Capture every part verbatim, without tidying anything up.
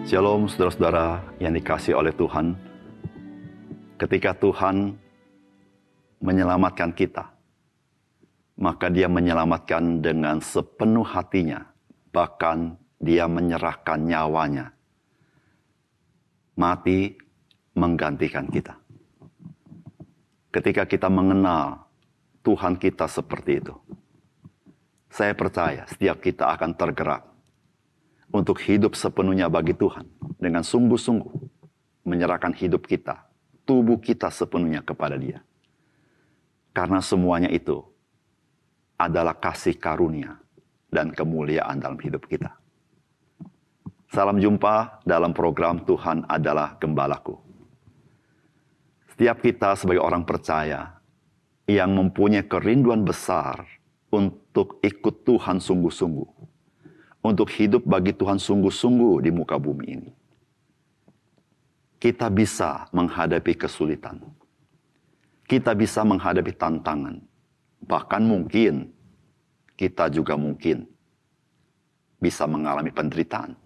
Shalom saudara-saudara yang dikasihi oleh Tuhan. Ketika Tuhan menyelamatkan kita, maka Dia menyelamatkan dengan sepenuh hatinya. Bahkan Dia menyerahkan nyawanya. Mati menggantikan kita. Ketika kita mengenal Tuhan kita seperti itu, saya percaya setiap kita akan tergerak untuk hidup sepenuhnya bagi Tuhan. Dengan sungguh-sungguh menyerahkan hidup kita, tubuh kita sepenuhnya kepada Dia. Karena semuanya itu adalah kasih karunia dan kemuliaan dalam hidup kita. Salam jumpa dalam program Tuhan adalah Gembalaku. Setiap kita sebagai orang percaya yang mempunyai kerinduan besar untuk ikut Tuhan sungguh-sungguh, untuk hidup bagi Tuhan sungguh-sungguh di muka bumi ini, kita bisa menghadapi kesulitan. Kita bisa menghadapi tantangan. Bahkan mungkin kita juga mungkin bisa mengalami penderitaan.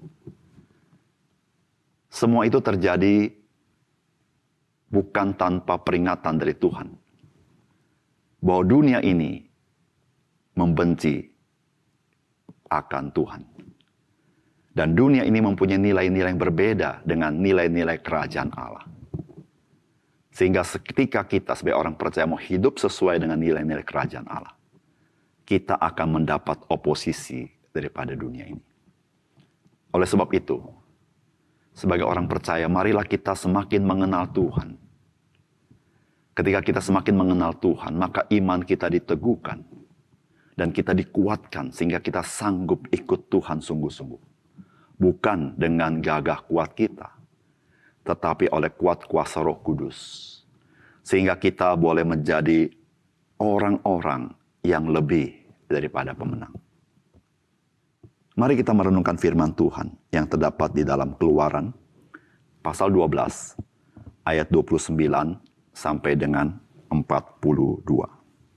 Semua itu terjadi bukan tanpa peringatan dari Tuhan bahwa dunia ini membenci akan Tuhan. Dan dunia ini mempunyai nilai-nilai yang berbeda dengan nilai-nilai kerajaan Allah. Sehingga ketika kita sebagai orang percaya mau hidup sesuai dengan nilai-nilai kerajaan Allah, kita akan mendapat oposisi daripada dunia ini. Oleh sebab itu, sebagai orang percaya, marilah kita semakin mengenal Tuhan. Ketika kita semakin mengenal Tuhan, maka iman kita diteguhkan. Dan kita dikuatkan sehingga kita sanggup ikut Tuhan sungguh-sungguh. Bukan dengan gagah kuat kita, tetapi oleh kuat kuasa Roh Kudus. Sehingga kita boleh menjadi orang-orang yang lebih daripada pemenang. Mari kita merenungkan firman Tuhan yang terdapat di dalam Keluaran pasal dua belas ayat dua puluh sembilan sampai dengan empat puluh dua.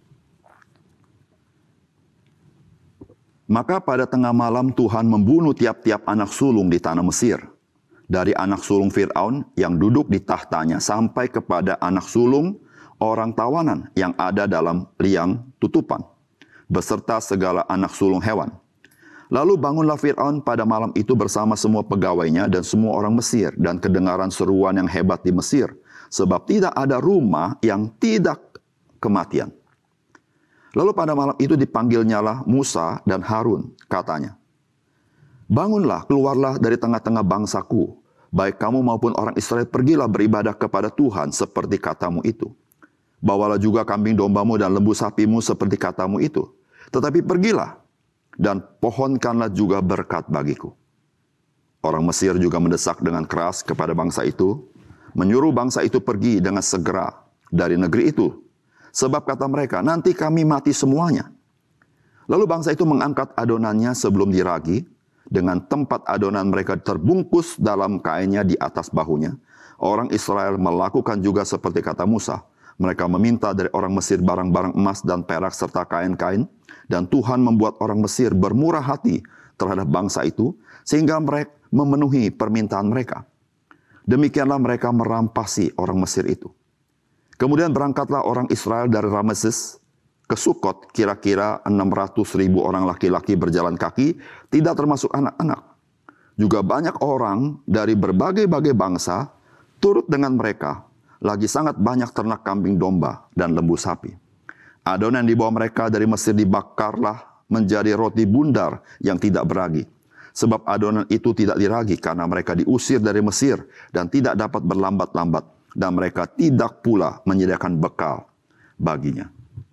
Maka pada tengah malam Tuhan membunuh tiap-tiap anak sulung di tanah Mesir. Dari anak sulung Fir'aun yang duduk di tahtanya sampai kepada anak sulung orang tawanan yang ada dalam liang tutupan. Beserta segala anak sulung hewan. Lalu bangunlah Fir'aun pada malam itu bersama semua pegawainya dan semua orang Mesir. Dan kedengaran seruan yang hebat di Mesir. Sebab tidak ada rumah yang tidak kematian. Lalu pada malam itu dipanggilnyalah Musa dan Harun, katanya, bangunlah, keluarlah dari tengah-tengah bangsaku, baik kamu maupun orang Israel pergilah beribadah kepada Tuhan seperti katamu itu. Bawalah juga kambing dombamu dan lembu sapimu seperti katamu itu. Tetapi pergilah dan pohonkanlah juga berkat bagiku. Orang Mesir juga mendesak dengan keras kepada bangsa itu, menyuruh bangsa itu pergi dengan segera dari negeri itu. Sebab kata mereka, nanti kami mati semuanya. Lalu bangsa itu mengangkat adonannya sebelum diragi, dengan tempat adonan mereka terbungkus dalam kainnya di atas bahunya. Orang Israel melakukan juga seperti kata Musa. Mereka meminta dari orang Mesir barang-barang emas dan perak serta kain-kain. Dan Tuhan membuat orang Mesir bermurah hati terhadap bangsa itu, sehingga mereka memenuhi permintaan mereka. Demikianlah mereka merampasi orang Mesir itu. Kemudian berangkatlah orang Israel dari Rameses ke Sukot, kira-kira enam ratus ribu orang laki-laki berjalan kaki, tidak termasuk anak-anak. Juga banyak orang dari berbagai-bagai bangsa turut dengan mereka, lagi sangat banyak ternak kambing domba dan lembu sapi. Adonan di bawah mereka dari Mesir dibakarlah menjadi roti bundar yang tidak beragi. Sebab adonan itu tidak diragi karena mereka diusir dari Mesir dan tidak dapat berlambat-lambat. Dan mereka tidak pula menyediakan bekal baginya.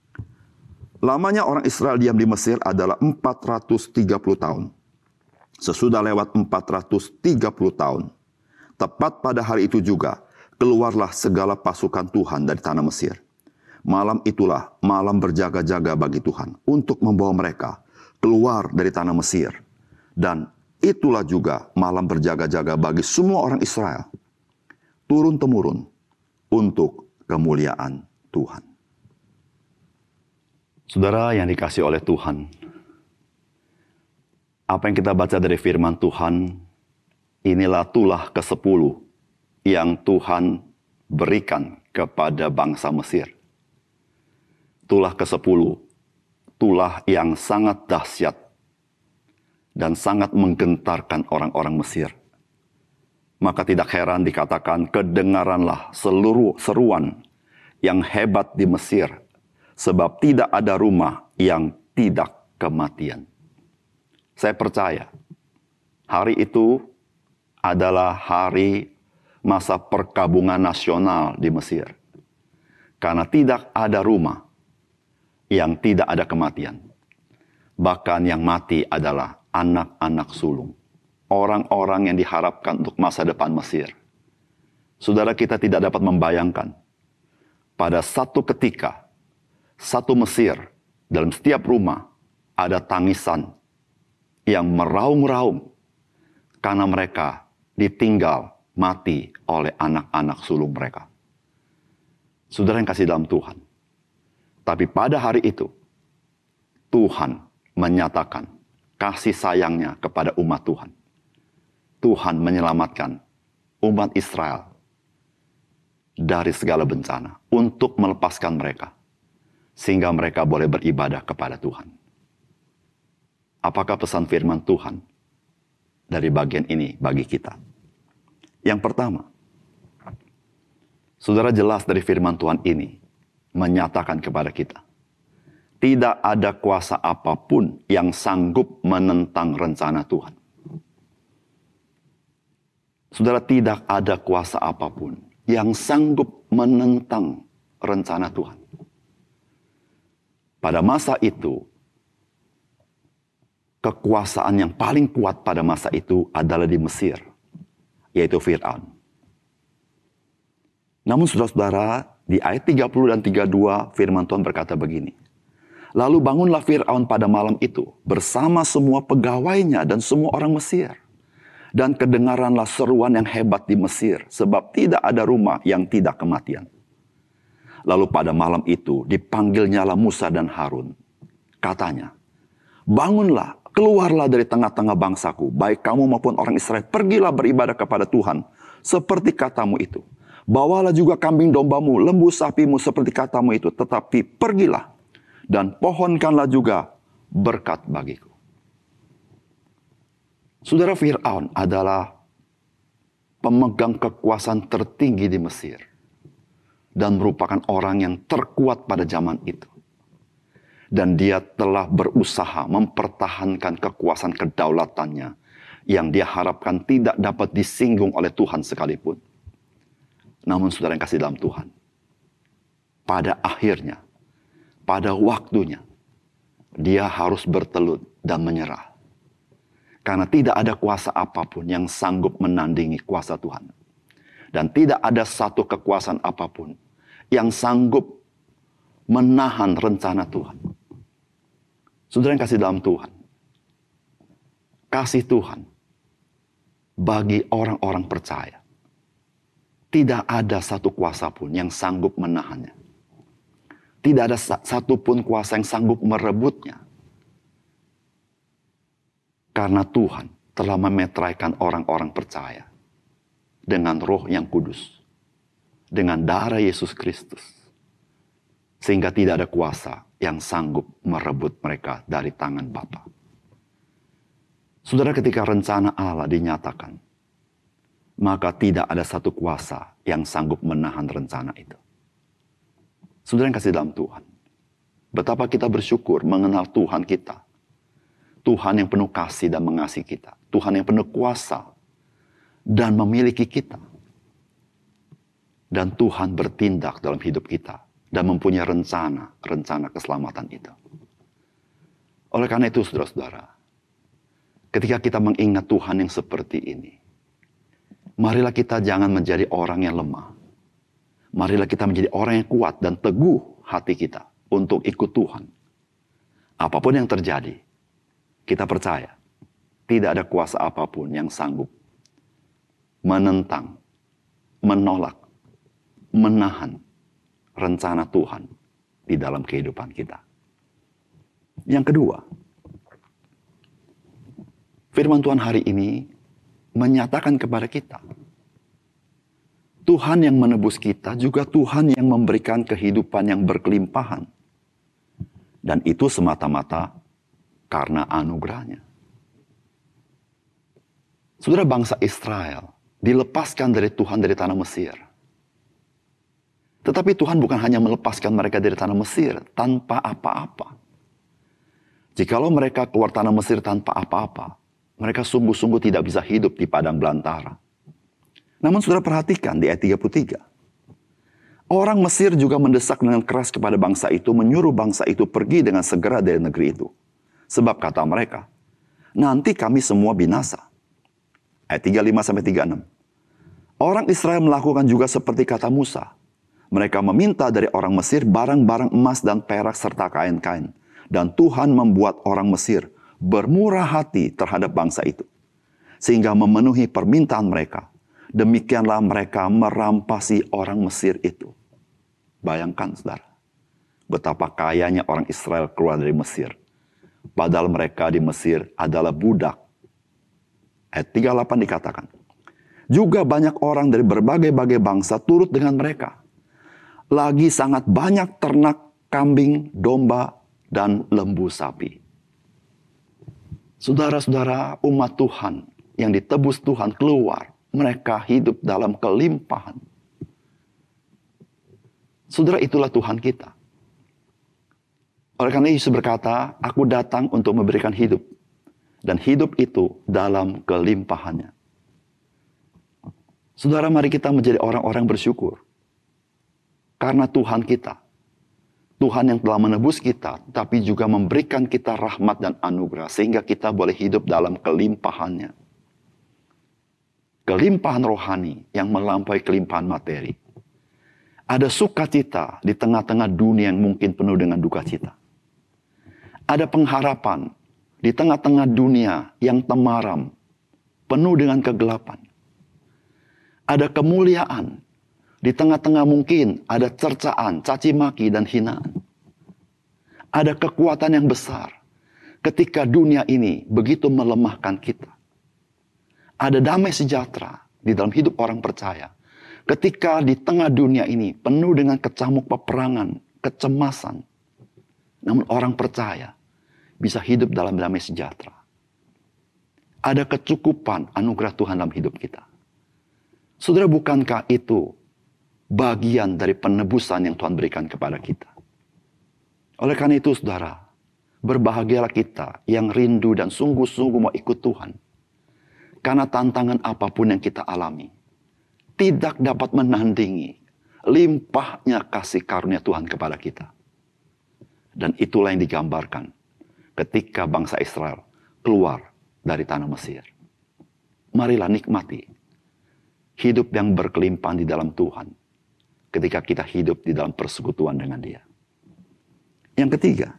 Lamanya orang Israel diam di Mesir adalah empat ratus tiga puluh tahun. Sesudah lewat empat ratus tiga puluh tahun, tepat pada hari itu juga, keluarlah segala pasukan Tuhan dari tanah Mesir. Malam itulah malam berjaga-jaga bagi Tuhan untuk membawa mereka keluar dari tanah Mesir. Dan itulah juga malam berjaga-jaga bagi semua orang Israel. Turun-temurun untuk kemuliaan Tuhan. Saudara yang dikasihi oleh Tuhan, apa yang kita baca dari firman Tuhan Inilah tulah kesepuluh yang Tuhan berikan kepada bangsa Mesir. Tulah kesepuluh, tulah yang sangat dahsyat dan sangat menggentarkan orang-orang Mesir. Maka tidak heran dikatakan, kedengaranlah seluruh seruan yang hebat di Mesir, sebab tidak ada rumah yang tidak kematian. Saya percaya, hari itu adalah hari masa perkabungan nasional di Mesir. Karena tidak ada rumah yang tidak ada kematian. Bahkan yang mati adalah anak-anak sulung. Orang-orang yang diharapkan untuk masa depan Mesir. Saudara, kita tidak dapat membayangkan. Pada satu ketika, satu Mesir, dalam setiap rumah, ada tangisan yang meraung-raung. Karena mereka ditinggal mati oleh anak-anak sulung mereka. Saudara yang kasih dalam Tuhan. Tapi pada hari itu, Tuhan menyatakan kasih sayangnya kepada umat Tuhan. Tuhan menyelamatkan umat Israel dari segala bencana untuk melepaskan mereka. Sehingga mereka boleh beribadah kepada Tuhan. Apakah pesan firman Tuhan dari bagian ini bagi kita? Yang pertama, saudara, jelas dari firman Tuhan ini menyatakan kepada kita, tidak ada kuasa apapun yang sanggup menentang rencana Tuhan. Saudara, tidak ada kuasa apapun yang sanggup menentang rencana Tuhan. Pada masa itu, kekuasaan yang paling kuat pada masa itu adalah di Mesir, yaitu Fir'aun. Namun saudara-saudara, di ayat tiga puluh dan tiga puluh dua firman Tuhan berkata begini. Lalu bangunlah Fir'aun pada malam itu bersama semua pegawainya dan semua orang Mesir. Dan kedengaranlah seruan yang hebat di Mesir, sebab tidak ada rumah yang tidak kematian. Lalu pada malam itu dipanggilnyalah Musa dan Harun. Katanya, bangunlah, keluarlah dari tengah-tengah bangsaku, baik kamu maupun orang Israel, pergilah beribadah kepada Tuhan, seperti katamu itu. Bawalah juga kambing dombamu, lembu sapimu seperti katamu itu, tetapi pergilah dan pohonkanlah juga berkat bagiku. Saudara, Fir'aun adalah pemegang kekuasaan tertinggi di Mesir dan merupakan orang yang terkuat pada zaman itu. Dan dia telah berusaha mempertahankan kekuasaan kedaulatannya yang dia harapkan tidak dapat disinggung oleh Tuhan sekalipun. Namun saudara yang kasih dalam Tuhan, pada akhirnya, pada waktunya, dia harus bertelut dan menyerah. Karena tidak ada kuasa apapun yang sanggup menandingi kuasa Tuhan. Dan tidak ada satu kekuasaan apapun yang sanggup menahan rencana Tuhan. Saudara yang kasih dalam Tuhan, kasih Tuhan bagi orang-orang percaya, tidak ada satu kuasa pun yang sanggup menahannya. Tidak ada satu pun kuasa yang sanggup merebutnya. Karena Tuhan telah memeteraikan orang-orang percaya dengan Roh yang kudus, dengan darah Yesus Kristus, sehingga tidak ada kuasa yang sanggup merebut mereka dari tangan Bapa. Saudara, ketika rencana Allah dinyatakan, maka tidak ada satu kuasa yang sanggup menahan rencana itu. Saudara yang kasih dalam Tuhan, betapa kita bersyukur mengenal Tuhan kita. Tuhan yang penuh kasih dan mengasihi kita. Tuhan yang penuh kuasa dan memiliki kita. Dan Tuhan bertindak dalam hidup kita dan mempunyai rencana, rencana keselamatan itu. Oleh karena itu, saudara-saudara, ketika kita mengingat Tuhan yang seperti ini, marilah kita jangan menjadi orang yang lemah. Marilah kita menjadi orang yang kuat dan teguh hati kita untuk ikut Tuhan. Apapun yang terjadi, kita percaya tidak ada kuasa apapun yang sanggup menentang, menolak, menahan rencana Tuhan di dalam kehidupan kita. Yang kedua, firman Tuhan hari ini menyatakan kepada kita, Tuhan yang menebus kita juga Tuhan yang memberikan kehidupan yang berkelimpahan. Dan itu semata-mata karena anugerahnya. Saudara, bangsa Israel dilepaskan dari Tuhan dari tanah Mesir. Tetapi Tuhan bukan hanya melepaskan mereka dari tanah Mesir tanpa apa-apa. Jikalau mereka keluar tanah Mesir tanpa apa-apa, mereka sungguh-sungguh tidak bisa hidup di padang belantara. Namun saudara perhatikan di ayat tiga puluh tiga. Orang Mesir juga mendesak dengan keras kepada bangsa itu, menyuruh bangsa itu pergi dengan segera dari negeri itu. Sebab kata mereka, nanti kami semua binasa. Ayat tiga puluh lima sampai tiga puluh enam. Orang Israel melakukan juga seperti kata Musa. Mereka meminta dari orang Mesir barang-barang emas dan perak serta kain-kain. Dan Tuhan membuat orang Mesir bermurah hati terhadap bangsa itu. Sehingga memenuhi permintaan mereka. Demikianlah mereka merampasi orang Mesir itu. Bayangkan saudara. Betapa kayanya orang Israel keluar dari Mesir. Padahal mereka di Mesir adalah budak. Ayat tiga puluh delapan dikatakan. Juga banyak orang dari berbagai-bagai bangsa turut dengan mereka. Lagi sangat banyak ternak, kambing, domba, dan lembu sapi. Saudara-saudara, umat Tuhan yang ditebus Tuhan keluar. Mereka hidup dalam kelimpahan. Saudara, itulah Tuhan kita. Oleh karena Yesus berkata, aku datang untuk memberikan hidup. Dan hidup itu dalam kelimpahannya. Saudara, mari kita menjadi orang-orang bersyukur. Karena Tuhan kita, Tuhan yang telah menebus kita, tapi juga memberikan kita rahmat dan anugerah, sehingga kita boleh hidup dalam kelimpahannya. Kelimpahan rohani yang melampaui kelimpahan materi. Ada sukacita di tengah-tengah dunia yang mungkin penuh dengan duka cita. Ada pengharapan di tengah-tengah dunia yang temaram, penuh dengan kegelapan. Ada kemuliaan. Di tengah-tengah mungkin ada cercaan, caci maki, dan hinaan. Ada kekuatan yang besar ketika dunia ini begitu melemahkan kita. Ada damai sejahtera di dalam hidup orang percaya. Ketika di tengah dunia ini penuh dengan kecamuk peperangan, kecemasan. Namun orang percaya bisa hidup dalam damai sejahtera. Ada kecukupan anugerah Tuhan dalam hidup kita. Saudara, bukankah itu bagian dari penebusan yang Tuhan berikan kepada kita? Oleh karena itu saudara, berbahagialah kita yang rindu dan sungguh-sungguh mau ikut Tuhan. Karena tantangan apapun yang kita alami, tidak dapat menandingi limpahnya kasih karunia Tuhan kepada kita. Dan itulah yang digambarkan ketika bangsa Israel keluar dari tanah Mesir. Marilah nikmati hidup yang berkelimpahan di dalam Tuhan. Ketika kita hidup di dalam persekutuan dengan Dia. Yang ketiga,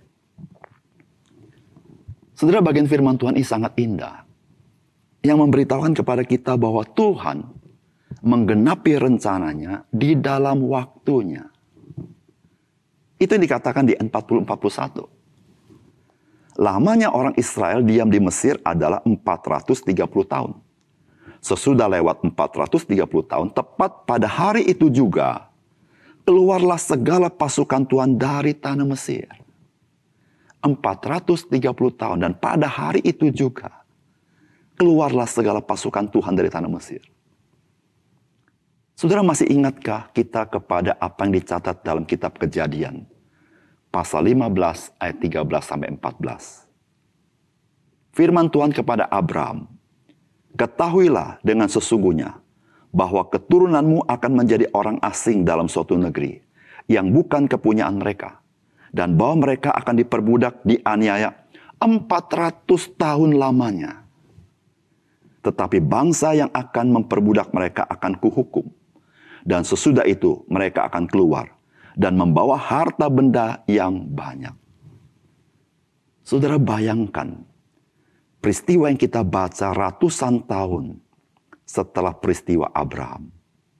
saudara, bagian firman Tuhan ini sangat indah. Yang memberitahukan kepada kita bahwa Tuhan menggenapi rencananya di dalam waktunya. Itu yang dikatakan di empat puluh empat puluh satu. Lamanya orang Israel diam di Mesir adalah empat ratus tiga puluh tahun. Sesudah lewat empat ratus tiga puluh tahun, tepat pada hari itu juga, keluarlah segala pasukan Tuhan dari tanah Mesir. empat ratus tiga puluh tahun, dan pada hari itu juga, keluarlah segala pasukan Tuhan dari tanah Mesir. Saudara, masih ingatkah kita kepada apa yang dicatat dalam kitab Kejadian? Pasal lima belas ayat tiga belas sampai empat belas. Firman Tuhan kepada Abraham, ketahuilah dengan sesungguhnya bahwa keturunanmu akan menjadi orang asing dalam suatu negeri yang bukan kepunyaan mereka. Dan bahwa mereka akan diperbudak, dianiaya empat ratus tahun lamanya. Tetapi bangsa yang akan memperbudak mereka akan kuhukum. Dan sesudah itu mereka akan keluar dan membawa harta benda yang banyak. Saudara, bayangkan peristiwa yang kita baca ratusan tahun setelah peristiwa Abraham.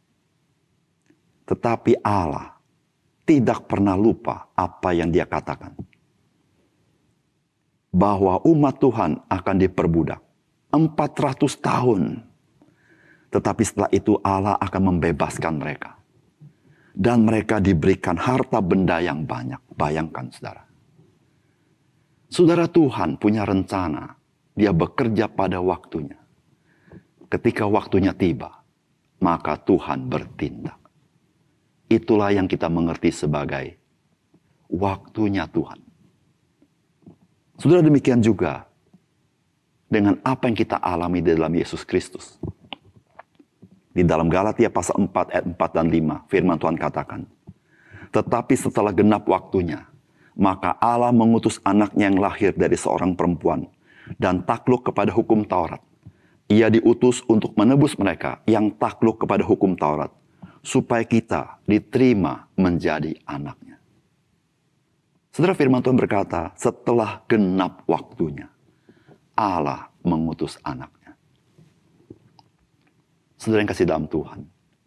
Tetapi Allah tidak pernah lupa apa yang Dia katakan. Bahwa umat Tuhan akan diperbudak empat ratus tahun Tetapi setelah itu Allah akan membebaskan mereka. Dan mereka diberikan harta benda yang banyak. Bayangkan saudara. Saudara, Tuhan punya rencana. Dia bekerja pada waktunya. Ketika waktunya tiba, maka Tuhan bertindak. Itulah yang kita mengerti sebagai waktunya Tuhan. Saudara, demikian juga dengan apa yang kita alami di dalam Yesus Kristus. Di dalam Galatia pasal empat ayat empat dan lima, firman Tuhan katakan, tetapi setelah genap waktunya, maka Allah mengutus anaknya yang lahir dari seorang perempuan dan takluk kepada hukum Taurat. Ia diutus untuk menebus mereka yang takluk kepada hukum Taurat, supaya kita diterima menjadi anaknya. Saudara, firman Tuhan berkata, setelah genap waktunya, Allah mengutus anaknya. Saudara yang kasih dalam Tuhan,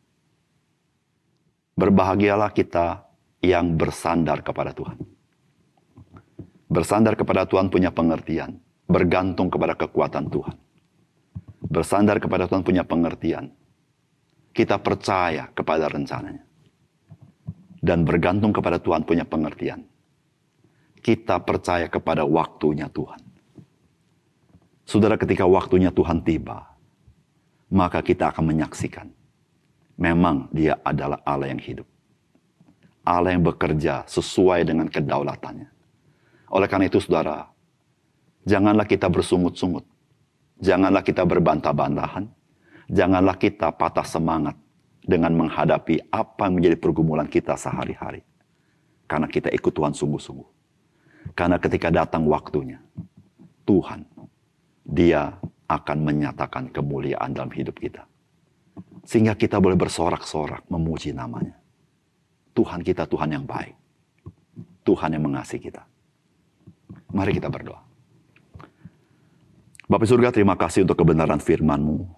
berbahagialah kita yang bersandar kepada Tuhan. Bersandar kepada Tuhan punya pengertian, bergantung kepada kekuatan Tuhan. Bersandar kepada Tuhan punya pengertian, kita percaya kepada rencananya. Dan bergantung kepada Tuhan punya pengertian, kita percaya kepada waktunya Tuhan. Saudara, ketika waktunya Tuhan tiba, maka kita akan menyaksikan, memang Dia adalah Allah yang hidup. Allah yang bekerja sesuai dengan kedaulatannya. Oleh karena itu, saudara, janganlah kita bersungut-sungut. Janganlah kita berbantah-bantahan. Janganlah kita patah semangat dengan menghadapi apa yang menjadi pergumulan kita sehari-hari. Karena kita ikut Tuhan sungguh-sungguh. Karena ketika datang waktunya, Tuhan, Dia akan menyatakan kemuliaan dalam hidup kita. Sehingga kita boleh bersorak-sorak memuji namanya. Tuhan kita Tuhan yang baik. Tuhan yang mengasihi kita. Mari kita berdoa. Bapa surga, terima kasih untuk kebenaran firman-Mu.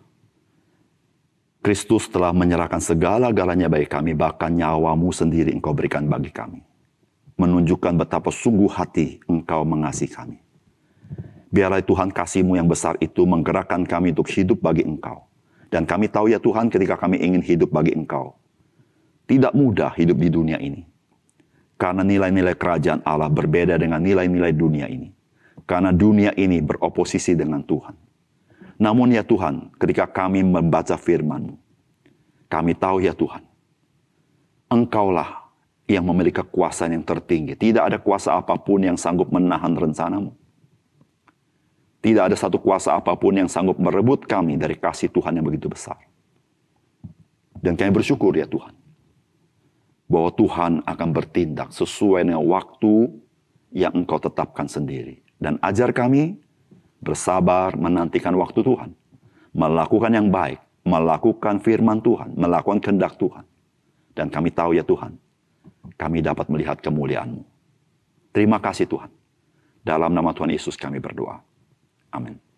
Kristus telah menyerahkan segala-galanya bagi kami, bahkan nyawa-Mu sendiri Engkau berikan bagi kami. Menunjukkan betapa sungguh hati Engkau mengasihi kami. Biarlah Tuhan kasih-Mu yang besar itu menggerakkan kami untuk hidup bagi Engkau. Dan kami tahu ya Tuhan, ketika kami ingin hidup bagi Engkau, tidak mudah hidup di dunia ini. Karena nilai-nilai kerajaan Allah berbeda dengan nilai-nilai dunia ini. Karena dunia ini beroposisi dengan Tuhan. Namun ya Tuhan, ketika kami membaca firman-Mu, kami tahu ya Tuhan, Engkaulah yang memiliki kekuasaan yang tertinggi. Tidak ada kuasa apapun yang sanggup menahan rencana-Mu. Tidak ada satu kuasa apapun yang sanggup merebut kami dari kasih Tuhan yang begitu besar. Dan kami bersyukur ya Tuhan, bahwa Tuhan akan bertindak sesuai dengan waktu yang Engkau tetapkan sendiri. Dan ajar kami bersabar menantikan waktu Tuhan. Melakukan yang baik, melakukan firman Tuhan, melakukan kehendak Tuhan. Dan kami tahu ya Tuhan, kami dapat melihat kemuliaan-Mu. Terima kasih Tuhan. Dalam nama Tuhan Yesus kami berdoa. Amin.